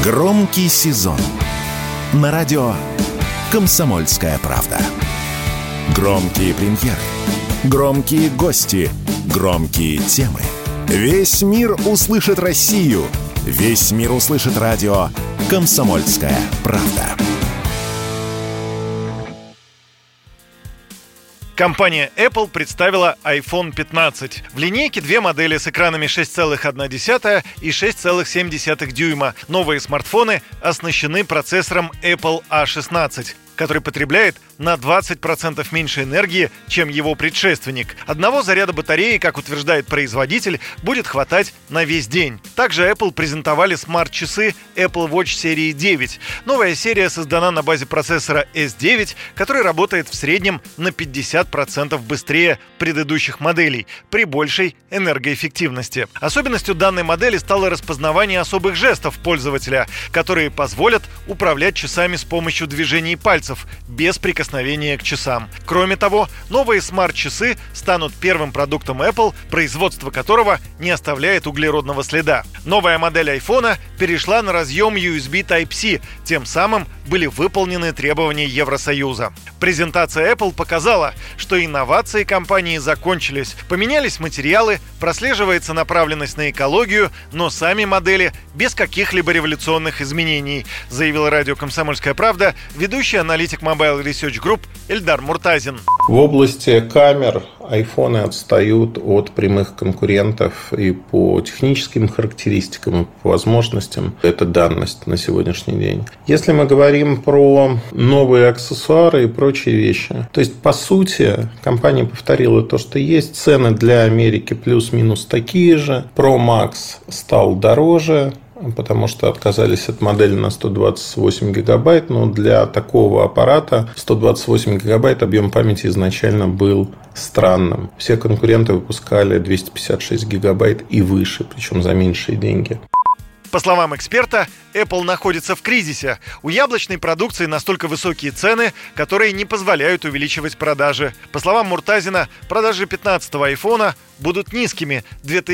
Громкий сезон на радио «Комсомольская правда». Громкие премьеры, громкие гости, громкие темы. Весь мир услышит Россию. Весь мир услышит радио «Комсомольская правда». Компания Apple представила iPhone 15. В линейке две модели с экранами 6,1 и 6,7 дюйма. Новые смартфоны оснащены процессором Apple A16, который потребляет на 20% меньше энергии, чем его предшественник. Одного заряда батареи, как утверждает производитель, будет хватать на весь день. Также Apple презентовали смарт-часы Apple Watch серии 9. Новая серия создана на базе процессора S9, который работает в среднем на 50% быстрее предыдущих моделей при большей энергоэффективности. Особенностью данной модели стало распознавание особых жестов пользователя, которые позволят управлять часами с помощью движений пальцев, без прикосновения к часам. Кроме того, новые смарт-часы станут первым продуктом Apple, производство которого не оставляет углеродного следа. Новая модель iPhone перешла на разъем USB Type-C, тем самым были выполнены требования Евросоюза. Презентация Apple показала, что инновации компании закончились. Поменялись материалы, прослеживается направленность на экологию, но сами модели без каких-либо революционных изменений, заявил радио «Комсомольская правда» ведущий аналитик Mobile Research Group Эльдар Муртазин. В области камер айфоны отстают от прямых конкурентов и по техническим характеристикам, и по возможностям. Это данность на сегодняшний день. Если мы говорим про новые аксессуары и прочие вещи, то есть, по сути, компания повторила то, что есть. Цены для Америки плюс-минус такие же. Pro Max стал дороже, потому что отказались от модели на 128 гигабайт, но для такого аппарата 128 гигабайт объем памяти изначально был странным. Все конкуренты выпускали 256 гигабайт и выше, причем за меньшие деньги. По словам эксперта, Apple находится в кризисе. У яблочной продукции настолько высокие цены, которые не позволяют увеличивать продажи. По словам Муртазина, продажи 15-го айфона будут низкими.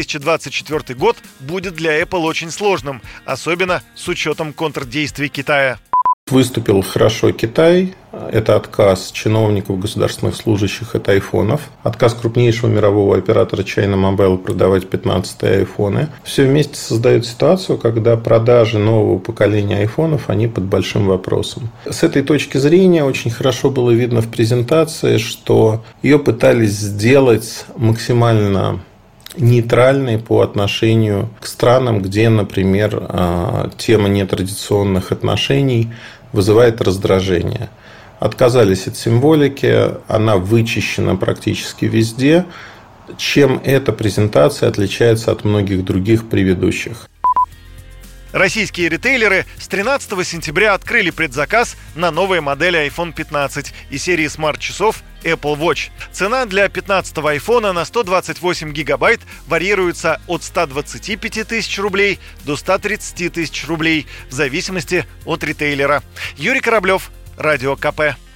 2024 год будет для Apple очень сложным, особенно с учетом контрдействий Китая. Выступил хорошо Китай. Это отказ чиновников, государственных служащих от айфонов. Отказ крупнейшего мирового оператора China Mobile продавать 15-е айфоны. Все вместе создает ситуацию, когда продажи нового поколения айфонов, они под большим вопросом. С этой точки зрения очень хорошо было видно в презентации, что ее пытались сделать максимально нейтральной по отношению к странам, где, например, тема нетрадиционных отношений вызывает раздражение. Отказались от символики, она вычищена практически везде. Чем эта презентация отличается от многих других предыдущих? Российские ритейлеры с 13 сентября открыли предзаказ на новые модели iPhone 15 и серии смарт-часов Apple Watch. Цена для 15-го айфона на 128 гигабайт варьируется от 125 тысяч рублей до 130 тысяч рублей в зависимости от ритейлера. Юрий Кораблев, Радио КП.